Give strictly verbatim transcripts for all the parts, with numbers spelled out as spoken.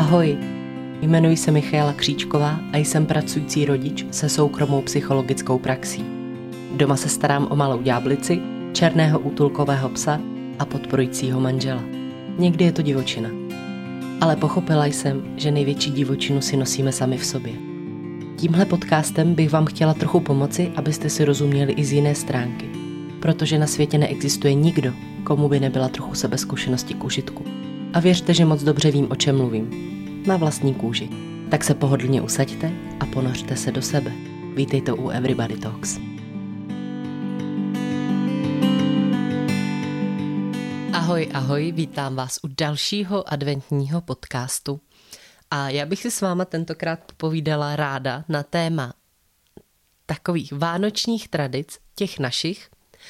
Ahoj, jmenuji se Michaela Kříčková a jsem pracující rodič se soukromou psychologickou praxí. Doma se starám o malou ďáblici, černého útulkového psa a podporujícího manžela. Někdy je to divočina. Ale pochopila jsem, že největší divočinu si nosíme sami v sobě. Tímhle podcastem bych vám chtěla trochu pomoci, abyste si rozuměli i z jiné stránky. Protože na světě neexistuje nikdo, komu by nebyla trochu sebezkušenosti k užitku. A věřte, že moc dobře vím, o čem mluvím. Na vlastní kůži. Tak se pohodlně usaďte a ponořte se do sebe. Vítejte u Everybody Talks. Ahoj, ahoj, vítám vás u dalšího adventního podcastu. A já bych si s váma tentokrát povídala ráda na téma takových vánočních tradic, těch našich,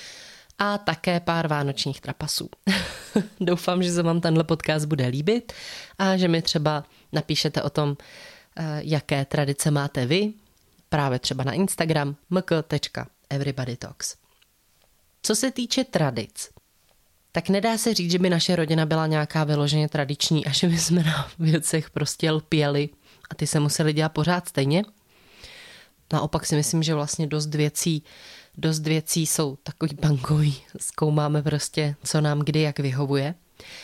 a také pár vánočních trapasů. Doufám, že se vám tenhle podcast bude líbit a že mi třeba napíšete o tom, jaké tradice máte vy, právě třeba na Instagram m k tečka everybody talks. Co se týče tradic, tak nedá se říct, že by naše rodina byla nějaká vyloženě tradiční a že by jsme na věcech prostě lpěli a ty se museli dělat pořád stejně. Naopak si myslím, že vlastně dost věcí Dost věcí jsou takový bankový, zkoumáme prostě, co nám kdy jak vyhovuje.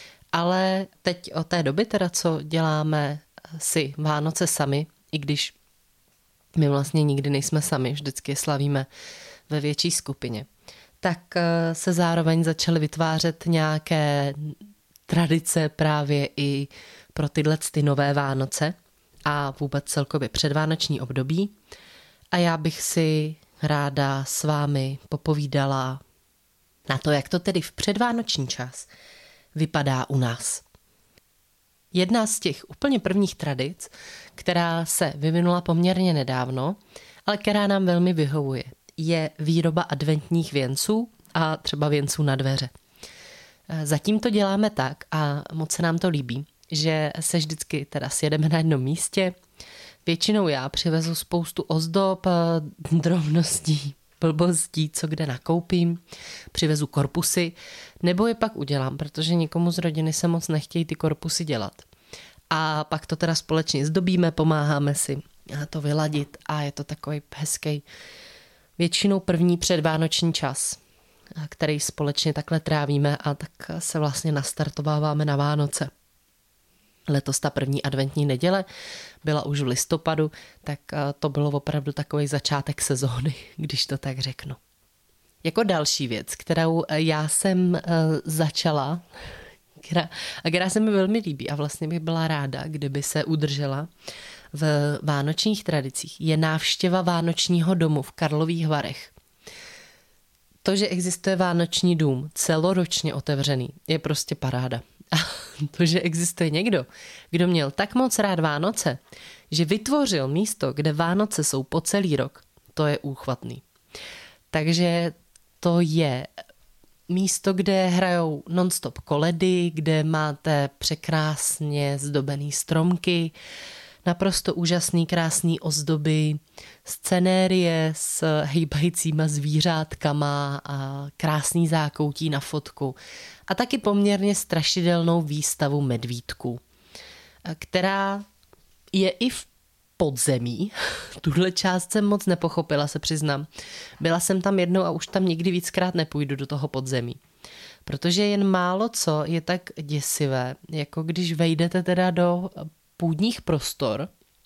Ale teď od té doby teda, co děláme si Vánoce sami, i když my vlastně nikdy nejsme sami, vždycky je slavíme ve větší skupině, tak se zároveň začaly vytvářet nějaké tradice právě i pro tyhle ty nové Vánoce a vůbec celkově předvánoční období. A já bych si ráda s vámi popovídala na to, jak to tedy v předvánoční čas vypadá u nás. Jedna z těch úplně prvních tradic, která se vyvinula poměrně nedávno, ale která nám velmi vyhovuje, je výroba adventních věnců a třeba věnců na dveře. Zatím to děláme tak a moc se nám to líbí, že se vždycky teda sjedeme na jednom místě. Většinou já přivezu spoustu ozdob, drobností, blbostí, co kde nakoupím, přivezu korpusy, nebo je pak udělám, protože nikomu z rodiny se moc nechtějí ty korpusy dělat. A pak to teda společně zdobíme, pomáháme si to vyladit a je to takový hezký, většinou první předvánoční čas, který společně takhle trávíme a tak se vlastně nastartováváme na Vánoce. Letos ta první adventní neděle byla už v listopadu, tak to bylo opravdu takový začátek sezóny, když to tak řeknu. Jako další věc, kterou já jsem začala a která se mi velmi líbí a vlastně bych byla ráda, kdyby se udržela v vánočních tradicích, je návštěva vánočního domu v Karlových Varech. To, že existuje vánoční dům celoročně otevřený, je prostě paráda. A to, že existuje někdo, kdo měl tak moc rád Vánoce, že vytvořil místo, kde Vánoce jsou po celý rok, to je úchvatný. Takže to je místo, kde hrajou non-stop koledy, kde máte překrásně zdobený stromky, naprosto úžasný, krásný ozdoby, scenérie s hejbajícíma zvířátkama a krásný zákoutí na fotku a taky poměrně strašidelnou výstavu medvídků, která je i v podzemí. Tuhle část jsem moc nepochopila, se přiznám. Byla jsem tam jednou a už tam nikdy víckrát nepůjdu do toho podzemí. Protože jen málo co je tak děsivé, jako když vejdete teda do půdních prostor,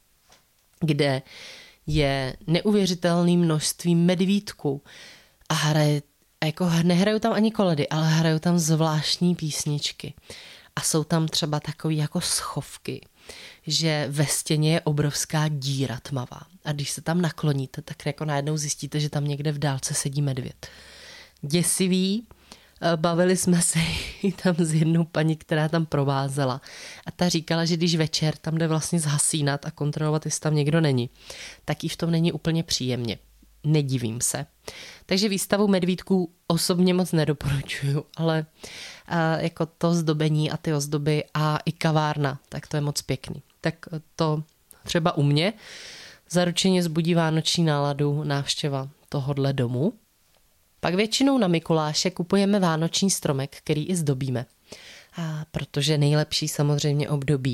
kde je neuvěřitelné množství medvídků a hraje, a jako nehrajou tam ani koledy, ale hrajou tam zvláštní písničky. A jsou tam třeba takový jako schovky, že ve stěně je obrovská díra tmavá. A když se tam nakloníte, tak jako najednou zjistíte, že tam někde v dálce sedí medvěd. Děsivý. Bavili jsme se tam s jednou paní, která tam provázela a ta říkala, že když večer tam jde vlastně zhasínat a kontrolovat, jestli tam někdo není, tak jí v tom není úplně příjemně. Nedivím se. Takže výstavu medvídků osobně moc nedoporučuju, ale a, jako to zdobení a ty ozdoby a i kavárna, tak to je moc pěkný. Tak to třeba u mě zaručeně zbudí vánoční náladu návštěva tohodle domu. Pak většinou na Mikuláše kupujeme vánoční stromek, který i zdobíme. A protože nejlepší samozřejmě období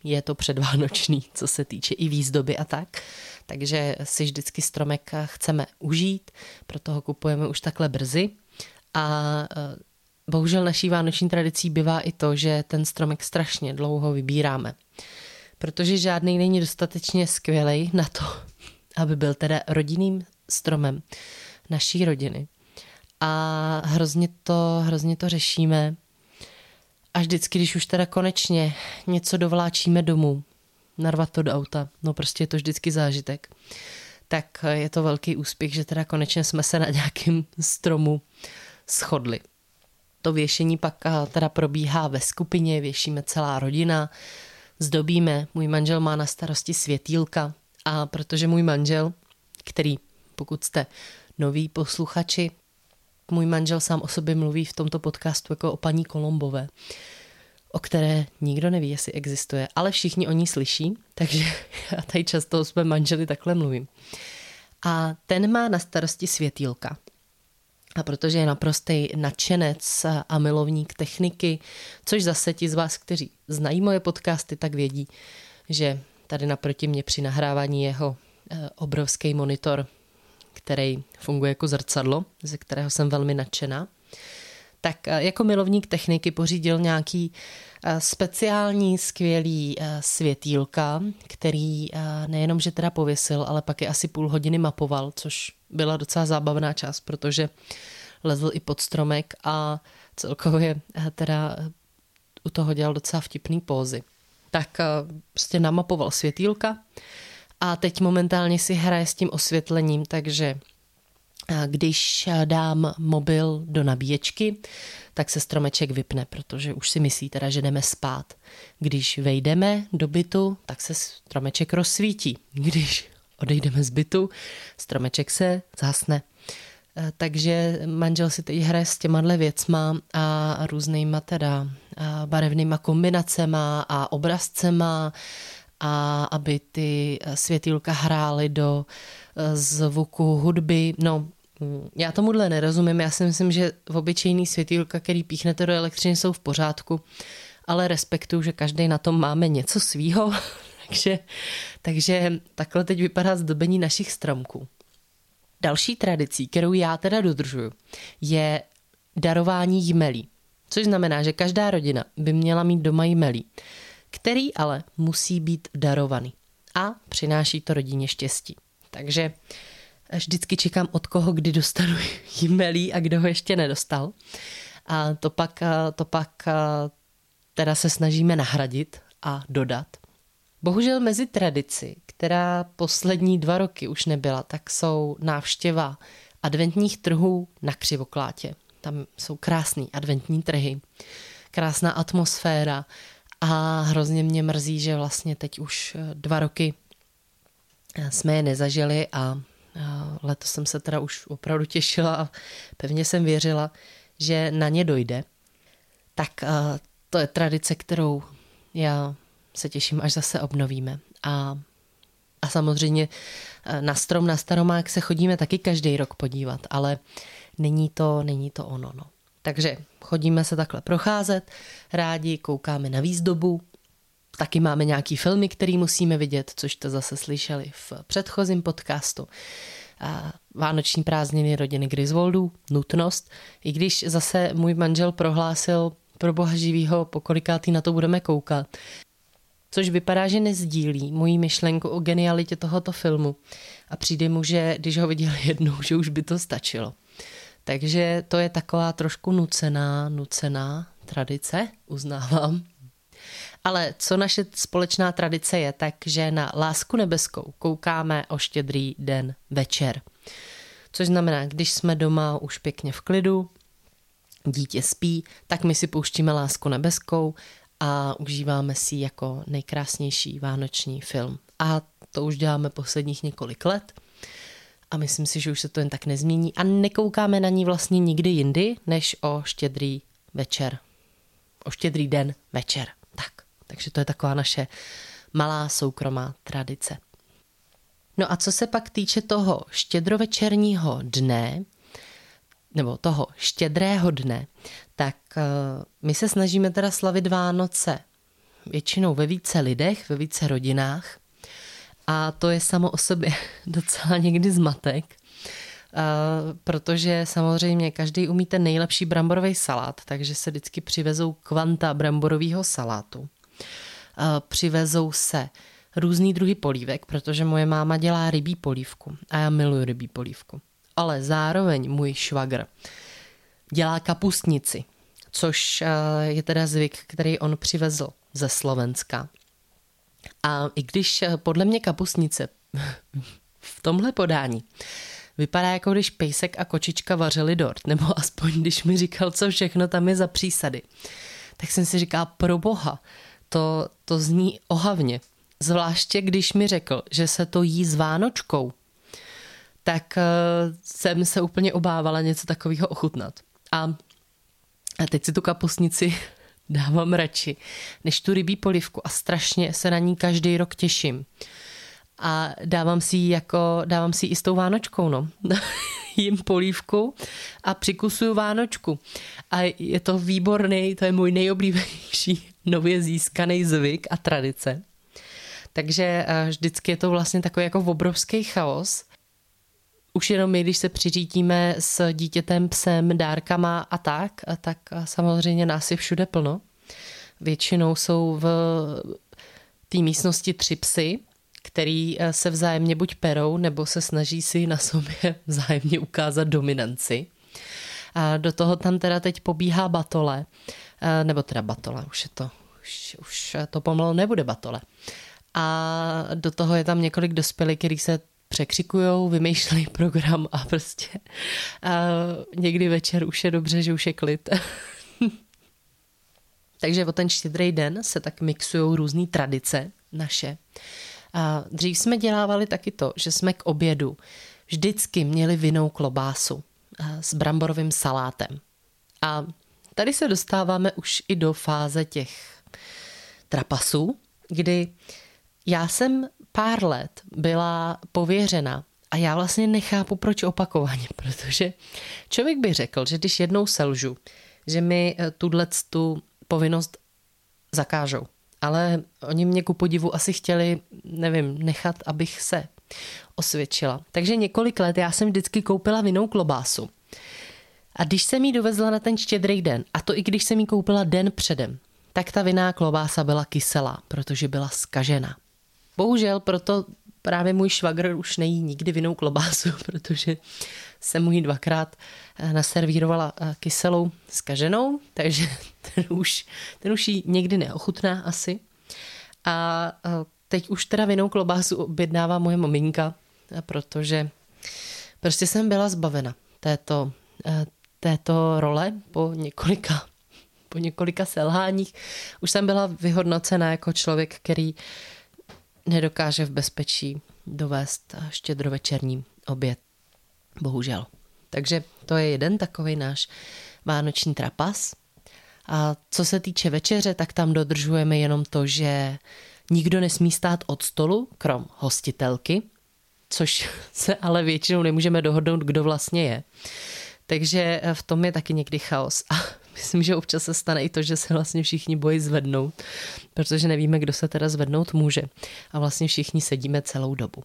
je to předvánoční, co se týče i výzdoby a tak. Takže si vždycky stromek chceme užít, proto ho kupujeme už takhle brzy. A bohužel naší vánoční tradicí bývá i to, že ten stromek strašně dlouho vybíráme. Protože žádný není dostatečně skvělej na to, aby byl teda rodinným stromem naší rodiny. A hrozně to, hrozně to řešíme. A vždycky, když už teda konečně něco dovláčíme domů, narvat to do auta, no prostě je to vždycky zážitek, tak je to velký úspěch, že teda konečně jsme se na nějakém stromu shodli. To věšení pak teda probíhá ve skupině, věšíme celá rodina, zdobíme, můj manžel má na starosti světýlka a protože můj manžel, který, pokud jste noví posluchači, můj manžel sám o sobě mluví v tomto podcastu jako o paní Kolombové, o které nikdo neví, jestli existuje, ale všichni o ní slyší, takže já tady často jsme manželi takhle mluvím. A ten má na starosti světýlka. A protože je naprostý nadšenec a milovník techniky, což zase ti z vás, kteří znají moje podcasty, tak vědí, že tady naproti mě při nahrávání jeho obrovský monitor, který funguje jako zrcadlo, ze kterého jsem velmi nadšená, tak jako milovník techniky pořídil nějaký speciální, skvělý světýlka, který nejenom, že teda pověsil, ale pak je asi půl hodiny mapoval, což byla docela zábavná část, protože lezl i pod stromek a celkově teda u toho dělal docela vtipný pózy. Tak prostě namapoval světýlka a teď momentálně si hraje s tím osvětlením, takže když dám mobil do nabíječky, tak se stromeček vypne, protože už si myslí teda, že jdeme spát. Když vejdeme do bytu, tak se stromeček rozsvítí. Když odejdeme z bytu, stromeček se zhasne. Takže manžel si teď hraje s těma věcma a různýma teda barevnýma kombinacema a obrazcema, a aby ty světýlka hrály do zvuku hudby. No, já tomuhle nerozumím, já si myslím, že v obyčejný světýlka, který píchnete do elektřiny, jsou v pořádku, ale respektuju, že každý na tom máme něco svýho, takže, takže takhle teď vypadá zdobení našich stromků. Další tradicí, kterou já teda dodržuju, je darování jmelí, což znamená, že každá rodina by měla mít doma jmelí, který ale musí být darovaný a přináší to rodině štěstí. Takže vždycky čekám, od koho kdy dostanu jmelí a kdo ho ještě nedostal. A to pak, to pak teda se snažíme nahradit a dodat. Bohužel mezi tradici, která poslední dva roky už nebyla, tak jsou návštěva adventních trhů na Křivoklátě. Tam jsou krásný adventní trhy, krásná atmosféra a hrozně mě mrzí, že vlastně teď už dva roky jsme je nezažili a letos jsem se teda už opravdu těšila a pevně jsem věřila, že na ně dojde. Tak to je tradice, kterou já se těším, až zase obnovíme. A, a samozřejmě na strom, na Staromák se chodíme taky každý rok podívat, ale není to, není to ono. No. Takže chodíme se takhle procházet, rádi koukáme na výzdobu, taky máme nějaký filmy, který musíme vidět, což jste zase slyšeli v předchozím podcastu. A vánoční prázdniny rodiny Griswoldů, nutnost, i když zase můj manžel prohlásil pro boha živýho, po kolikátý na to budeme koukat, což vypadá, že nezdílí moji myšlenku o genialitě tohoto filmu a přijde mu, že když ho viděl jednou, že už by to stačilo. Takže to je taková trošku nucená, nucená tradice, uznávám. Ale co naše společná tradice je, takže na Lásku nebeskou koukáme o Štědrý den večer. Což znamená, když jsme doma už pěkně v klidu, dítě spí, tak my si pouštíme Lásku nebeskou a užíváme si jako nejkrásnější vánoční film. A to už děláme posledních několik let a myslím si, že už se to jen tak nezmění a nekoukáme na ní vlastně nikdy jindy, než o Štědrý večer. O Štědrý den večer. Tak. Takže to je taková naše malá soukromá tradice. No a co se pak týče toho štědrovečerního dne, nebo toho štědrého dne, tak uh, my se snažíme teda slavit Vánoce většinou ve více lidech, ve více rodinách a to je samo o sobě docela někdy zmatek, Uh, protože samozřejmě každý umí ten nejlepší bramborový salát, takže se vždycky přivezou kvanta bramborového salátu. Uh, přivezou se různý druhy polívek, protože moje máma dělá rybí polívku a já miluji rybí polívku. Ale zároveň můj švagr dělá kapustnici, což uh, je teda zvyk, který on přivezl ze Slovenska. A i když podle mě kapustnice v tomhle podání vypadá, jako když pejsek a kočička vařili dort, nebo aspoň když mi říkal, co všechno tam je za přísady. Tak jsem si říkala, pro boha, to, to zní ohavně. Zvláště když mi řekl, že se to jí s vánočkou, tak uh, jsem se úplně obávala něco takového ochutnat. A, a teď si tu kapustnici dávám radši, než tu rybí polívku a strašně se na ní každý rok těším. A dávám si ji jako, dávám si ji i s tou vánočkou, no. Jím polívku a přikusuju vánočku. A je to výborný, to je můj nejoblíbenější nově získaný zvyk a tradice. Takže vždycky je to vlastně takový jako obrovský chaos. Už jenom my, když se přiřítíme s dítětem, psem, dárkama a tak, a tak samozřejmě nás je všude plno. Většinou jsou v té místnosti tři psy, který se vzájemně buď perou, nebo se snaží si na sobě vzájemně ukázat dominanci. A do toho tam teda teď pobíhá batole, nebo teda batole, už je to, už, už to pomalu nebude batole. A do toho je tam několik dospělých, který se překřikujou, vymýšlejí program a prostě a někdy večer už je dobře, že už je klid. Takže o ten štědrý den se tak mixujou různý tradice naše. A dřív jsme dělávali taky to, že jsme k obědu vždycky měli vinnou klobásu s bramborovým salátem. A tady se dostáváme už i do fáze těch trapasů, kdy já jsem pár let byla pověřena a já vlastně nechápu, proč opakovaně, protože člověk by řekl, že když jednou selžu, že mi tu povinnost zakážou. Ale oni mě ku podivu asi chtěli, nevím, nechat, abych se osvědčila. Takže několik let já jsem vždycky koupila vinnou klobásu. A když jsem ji dovezla na ten štědrý den, a to i když jsem ji koupila den předem, tak ta vinná klobása byla kyselá, protože byla zkažená. Bohužel proto právě můj švagr už nejí nikdy vinnou klobásu, protože jsem mu ji dvakrát naservírovala kyselou zkaženou, takže ten už, ten už ji někdy neochutná asi. A teď už teda vinnou klobásu objednává moje maminka, protože prostě jsem byla zbavena této, této role po několika, po několika selháních. Už jsem byla vyhodnocena jako člověk, který nedokáže v bezpečí dovést štědrovečerní oběd. Bohužel. Takže to je jeden takový náš vánoční trapas. A co se týče večeře, tak tam dodržujeme jenom to, že nikdo nesmí stát od stolu, krom hostitelky, což se ale většinou nemůžeme dohodnout, kdo vlastně je. Takže v tom je taky někdy chaos. A myslím, že občas se stane i to, že se vlastně všichni bojí zvednout, protože nevíme, kdo se teda zvednout může. A vlastně všichni sedíme celou dobu.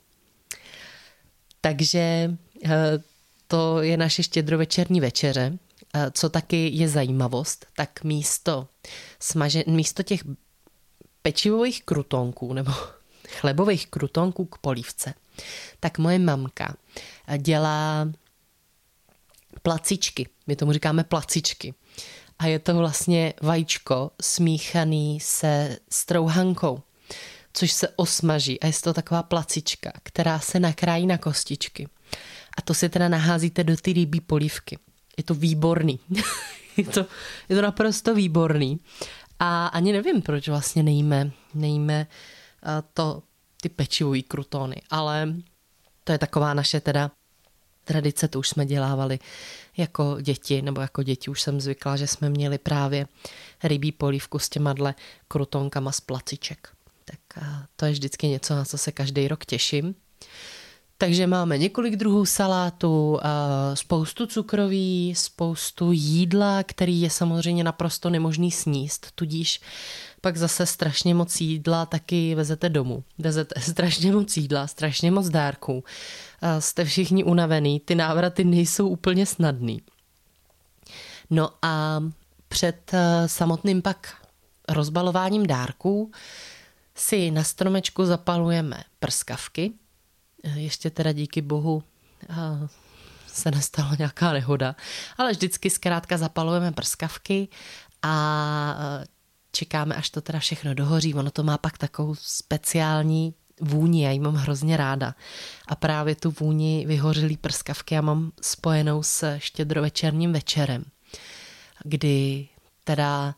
Takže to je naše štědrovečerní večeře. Co taky je zajímavost, tak místo, smaže, místo těch pečivových krutonků nebo chlebových krutonků k polívce, tak moje mamka dělá placičky. My tomu říkáme placičky. A je to vlastně vajíčko smíchaný se strouhankou, což se osmaží a je to taková placička, která se nakrájí na kostičky. A to si teda naházíte do ty rybí polívky. Je to výborný. je, to, je to naprosto výborný. A ani nevím, proč vlastně nejíme, nejíme to, ty pečivový krutony, ale to je taková naše teda tradice, to už jsme dělávali jako děti, nebo jako děti už jsem zvykla, že jsme měli právě rybí polívku s těma krutonkama z placiček. Tak to je vždycky něco, na co se každý rok těším. Takže máme několik druhů salátu, spoustu cukroví, spoustu jídla, který je samozřejmě naprosto nemožný sníst, tudíž pak zase strašně moc jídla taky vezete domů. Vezete strašně moc jídla, strašně moc dárků. Jste všichni unavený, ty návraty nejsou úplně snadný. No a před samotným pak rozbalováním dárků si na stromečku zapalujeme prskavky. Ještě teda díky bohu se nestala nějaká nehoda, ale vždycky zkrátka zapalujeme prskavky a čekáme, až to teda všechno dohoří. Ono to má pak takovou speciální vůni, já ji mám hrozně ráda. A právě tu vůni vyhořelý prskavky já mám spojenou s štědrovečerním večerem, kdy teda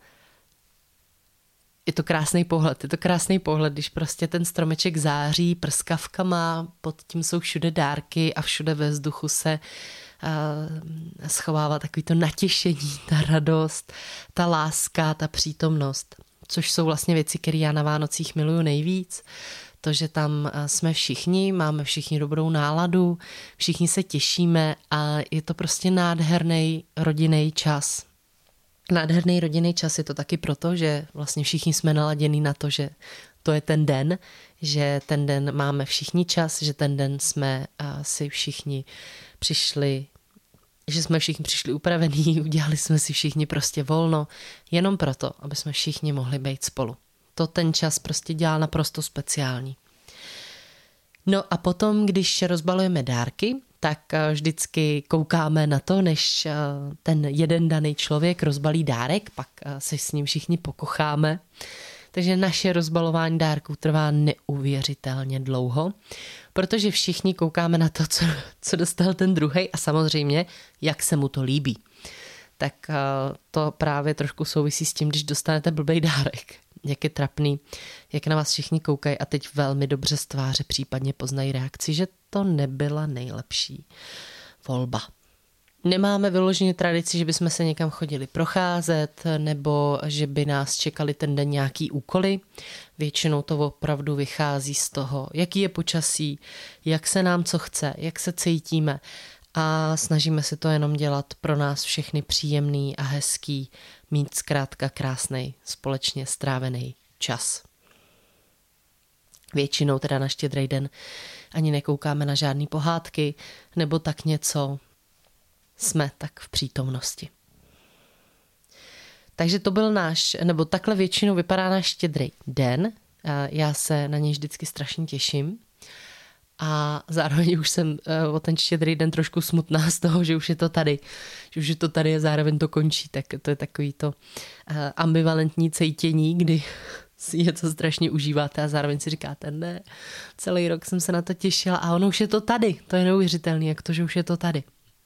je to krásný pohled, je to krásný pohled, když prostě ten stromeček září prskavkama, pod tím jsou všude dárky a všude ve vzduchu se uh, schovává takový to natěšení, ta radost, ta láska, ta přítomnost, což jsou vlastně věci, které já na Vánocích miluju nejvíc. To, že tam jsme všichni, máme všichni dobrou náladu, všichni se těšíme a je to prostě nádherný rodinný čas. Nádherný rodinný čas je to taky proto, že vlastně všichni jsme naladěni na to, že to je ten den, že ten den máme všichni čas, že ten den jsme si všichni přišli, že jsme všichni přišli upravení, udělali jsme si všichni prostě volno, jenom proto, aby jsme všichni mohli být spolu. To ten čas prostě dělá naprosto speciální. No a potom, když rozbalujeme dárky, tak vždycky koukáme na to, než ten jeden daný člověk rozbalí dárek, pak se s ním všichni pokocháme. Takže naše rozbalování dárků trvá neuvěřitelně dlouho, protože všichni koukáme na to, co, co dostal ten druhej a samozřejmě, jak se mu to líbí. Tak to právě trošku souvisí s tím, když dostanete blbej dárek. Jak je trapný, jak na vás všichni koukají a teď velmi dobře z tváře případně poznají reakci, že to nebyla nejlepší volba. Nemáme vyloženě tradici, že bychom se někam chodili procházet nebo že by nás čekali ten den nějaký úkoly. Většinou to opravdu vychází z toho, jaký je počasí, jak se nám co chce, jak se cítíme a snažíme se to jenom dělat pro nás všechny příjemný a hezký, mít zkrátka krásnej společně strávený čas. Většinou teda na Štědrý den ani nekoukáme na žádný pohádky nebo tak něco, jsme tak v přítomnosti. Takže to byl náš, nebo takhle většinou vypadá náš Štědrý den. Já se na něj vždycky strašně těším. A zároveň už jsem o ten Štědrý den trošku smutná z toho, že už je to tady. Že už je to tady a zároveň to končí. Tak to je takový to ambivalentní cítění, kdy si něco strašně užíváte a zároveň si říkáte, ne, celý rok jsem se na to těšila a ono už je to tady. To je neuvěřitelné, jak to, že už je to tady.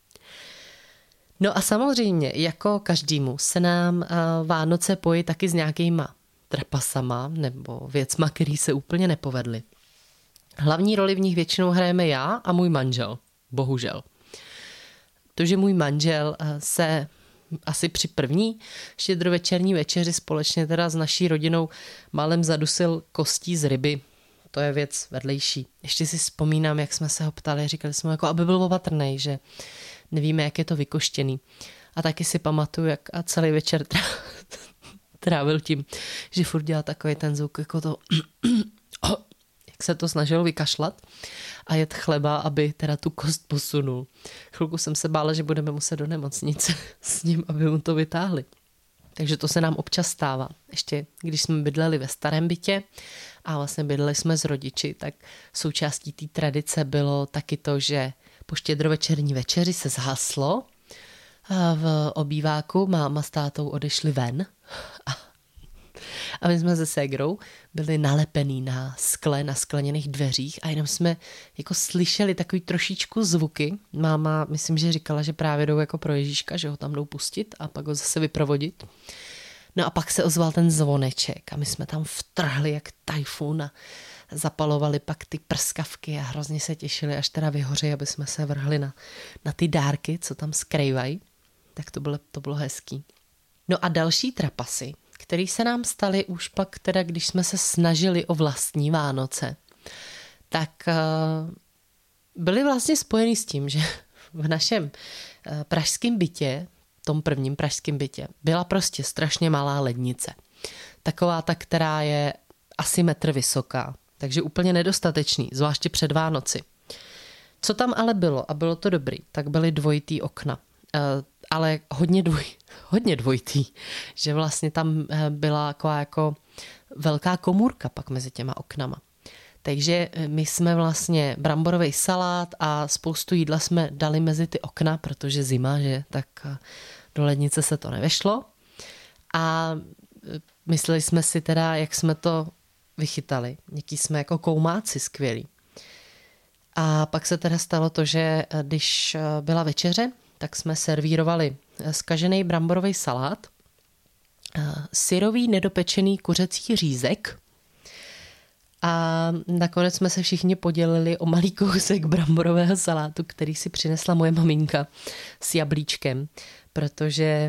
No a samozřejmě, jako každému, se nám Vánoce pojí taky s nějakýma trapasama nebo věcma, který se úplně nepovedly. Hlavní roli v nich většinou hrajeme já a můj manžel, bohužel. To, že můj manžel se asi při první štědrovečerní večeři společně teda s naší rodinou málem zadusil kostí z ryby, to je věc vedlejší. Ještě si vzpomínám, jak jsme se ho ptali, říkali jsme, jako, aby byl opatrnej, že nevíme, jak je to vykoštěný. A taky si pamatuju, jak a celý večer trávil tím, že furt dělal takový ten zvuk, jako to jak se to snažil vykašlat a jet chleba, aby teda tu kost posunul. Chvilku jsem se bála, že budeme muset do nemocnice s ním, aby mu to vytáhli. Takže to se nám občas stává. Ještě když jsme bydleli ve starém bytě a vlastně bydleli jsme s rodiči, tak součástí té tradice bylo taky to, že po štědrovečerní večeři se zhaslo a v obýváku máma s tátou odešli ven a A my jsme se ségrou byli nalepený na skle, na skleněných dveřích a jenom jsme jako slyšeli takový trošičku zvuky. Máma, myslím, že říkala, že právě jdou jako pro Ježíška, že ho tam jdou pustit a pak ho zase vyprovodit. No a pak se ozval ten zvoneček a my jsme tam vtrhli jak tajfun a zapalovali pak ty prskavky a hrozně se těšili, až teda vyhoří, aby jsme se vrhli na, na ty dárky, co tam skrývají. Tak to bylo, to bylo hezký. No a další trapasy, který se nám staly už pak teda, když jsme se snažili o vlastní Vánoce, tak uh, byly vlastně spojený s tím, že v našem pražském bytě, tom prvním pražském bytě, byla prostě strašně malá lednice. Taková ta, která je asi metr vysoká, takže úplně nedostatečný, zvláště před Vánoci. Co tam ale bylo, a bylo to dobrý, tak byly dvojitý okna. Ale hodně, dvoj, hodně dvojitý, že vlastně tam byla taková jako velká komůrka pak mezi těma oknama. Takže my jsme vlastně bramborový salát a spoustu jídla jsme dali mezi ty okna, protože zima, že, tak do lednice se to nevešlo. A mysleli jsme si teda, jak jsme to vychytali. Něký jsme jako koumáci skvělí. A pak se teda stalo to, že když byla večeře, tak jsme servírovali zkažený bramborový salát, syrový nedopečený kuřecí řízek a nakonec jsme se všichni podělili o malý kousek bramborového salátu, který si přinesla moje maminka s jablíčkem, protože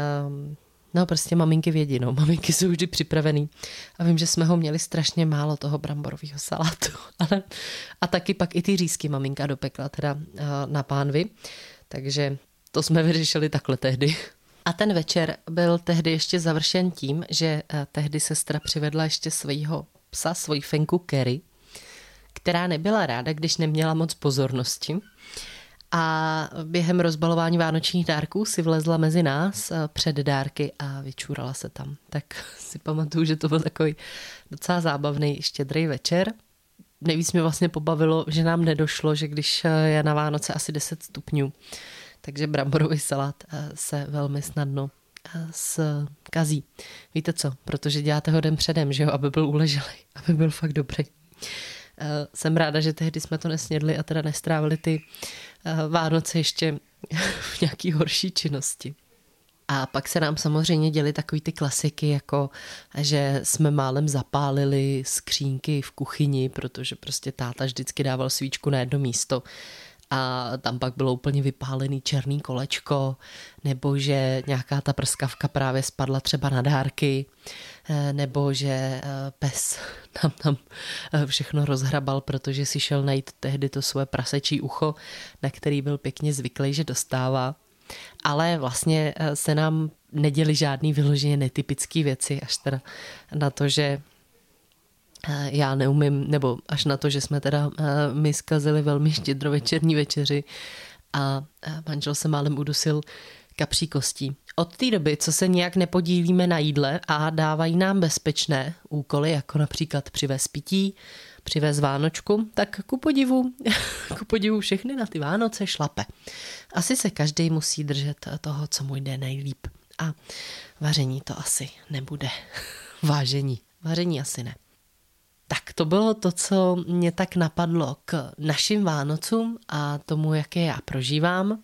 no prostě maminky vědí, no, maminky jsou vždy připravený a vím, že jsme ho měli strašně málo toho bramborového salátu, ale a taky pak i ty řízky maminka dopekla teda na pánvi. Takže to jsme vyřešili takhle tehdy. A ten večer byl tehdy ještě završen tím, že tehdy sestra přivedla ještě svýho psa, svoji fenku Kerry, která nebyla ráda, když neměla moc pozornosti. A během rozbalování vánočních dárků si vlezla mezi nás před dárky a vyčůrala se tam. Tak si pamatuju, že to byl takový docela zábavný štědrý večer. Nejvíc mě vlastně pobavilo, že nám nedošlo, že když je na Vánoce asi deset stupňů, takže bramborový salát se velmi snadno zkazí. Víte co? Protože děláte ho den předem, že jo, aby byl uleželý, aby byl fakt dobrý. Jsem ráda, že tehdy jsme to nesnědli a teda nestrávili ty Vánoce ještě v nějaký horší činnosti. A pak se nám samozřejmě děly takový ty klasiky, jako že jsme málem zapálili skřínky v kuchyni, protože prostě táta vždycky dával svíčku na jedno místo a tam pak bylo úplně vypálený černý kolečko, nebo že nějaká ta prskavka právě spadla třeba na dárky, nebo že pes tam tam všechno rozhrabal, protože si šel najít tehdy to svoje prasečí ucho, na který byl pěkně zvyklý, že dostává. Ale vlastně se nám neděly žádný vyloženě netypický věci, až teda na to, že já neumím, nebo až na to, že jsme teda my zkazili velmi štědrovečerní večeři a manžel se málem udusil kapří kostí. Od té doby, co se nijak nepodílíme na jídle a dávají nám bezpečné úkoly, jako například přivez pití, přivez Vánočku, tak ku podivu, ku podivu všechny na ty Vánoce šlape. Asi se každý musí držet toho, co mu jde nejlíp. A vaření to asi nebude. Vážení. Vaření asi ne. Tak to bylo to, co mě tak napadlo k našim Vánocům a tomu, jak je já prožívám.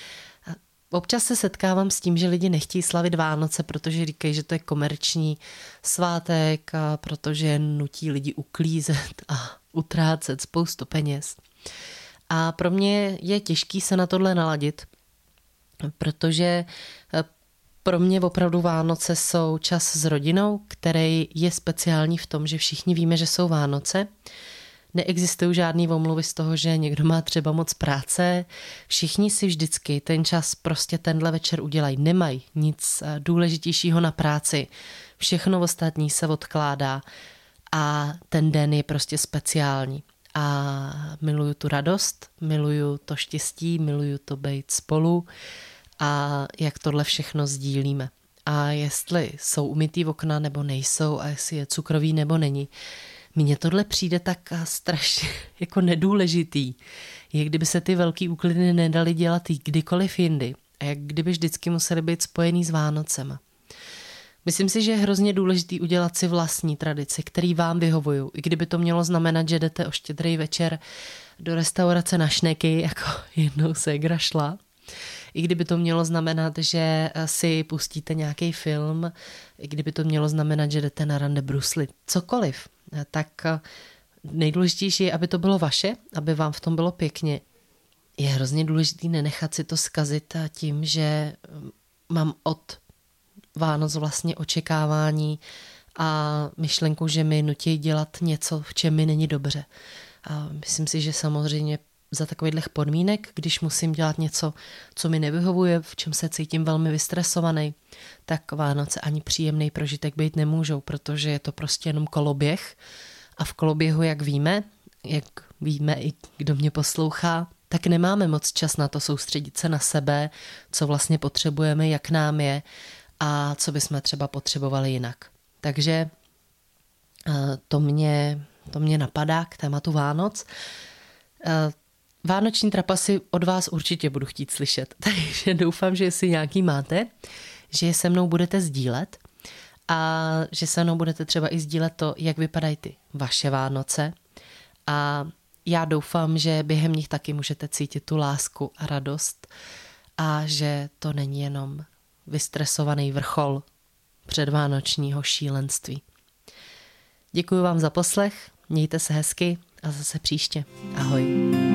Občas se setkávám s tím, že lidi nechtějí slavit Vánoce, protože říkají, že to je komerční svátek, a protože nutí lidi uklízet a utrácet spoustu peněz. A pro mě je těžký se na tohle naladit, protože pro mě opravdu Vánoce jsou čas s rodinou, který je speciální v tom, že všichni víme, že jsou Vánoce. Neexistují žádný omluvy z toho, že někdo má třeba moc práce. Všichni si vždycky ten čas prostě tenhle večer udělají. Nemají nic důležitějšího na práci. Všechno ostatní se odkládá a ten den je prostě speciální. A miluju tu radost, miluju to štěstí, miluju to být spolu a jak tohle všechno sdílíme. A jestli jsou umytý okna nebo nejsou a jestli je cukrový nebo není, mně tohle přijde tak strašně jako nedůležitý. Jak kdyby se ty velký úklidny nedaly dělat kdykoliv jindy. A jak kdyby vždycky museli být spojený s Vánocema. Myslím si, že je hrozně důležitý udělat si vlastní tradici, který vám vyhovují. I kdyby to mělo znamenat, že jdete o štědrý večer do restaurace na šneky, jako jednou ségra šla. I kdyby to mělo znamenat, že si pustíte nějaký film, i kdyby to mělo znamenat, že jdete na rande bruslit, cokoliv, tak nejdůležitější je, aby to bylo vaše, aby vám v tom bylo pěkně. Je hrozně důležitý nenechat si to zkazit tím, že mám od Vánoc vlastně očekávání a myšlenku, že mi nutí dělat něco, v čem mi není dobře. A myslím si, že samozřejmě za takových podmínek, když musím dělat něco, co mi nevyhovuje, v čem se cítím velmi vystresovaný, tak Vánoce ani příjemný prožitek být nemůžou, protože je to prostě jenom koloběh. A v koloběhu, jak víme, jak víme i kdo mě poslouchá, tak nemáme moc čas na to soustředit se na sebe, co vlastně potřebujeme, jak nám je a co bychom třeba potřebovali jinak. Takže to mě, to mě napadá k tématu Vánoc. Vánoční trapasy od vás určitě budu chtít slyšet, takže doufám, že jestli nějaký máte, že je se mnou budete sdílet a že se mnou budete třeba i sdílet to, jak vypadají ty vaše Vánoce a já doufám, že během nich taky můžete cítit tu lásku a radost a že to není jenom vystresovaný vrchol předvánočního šílenství. Děkuji vám za poslech, mějte se hezky a zase příště. Ahoj.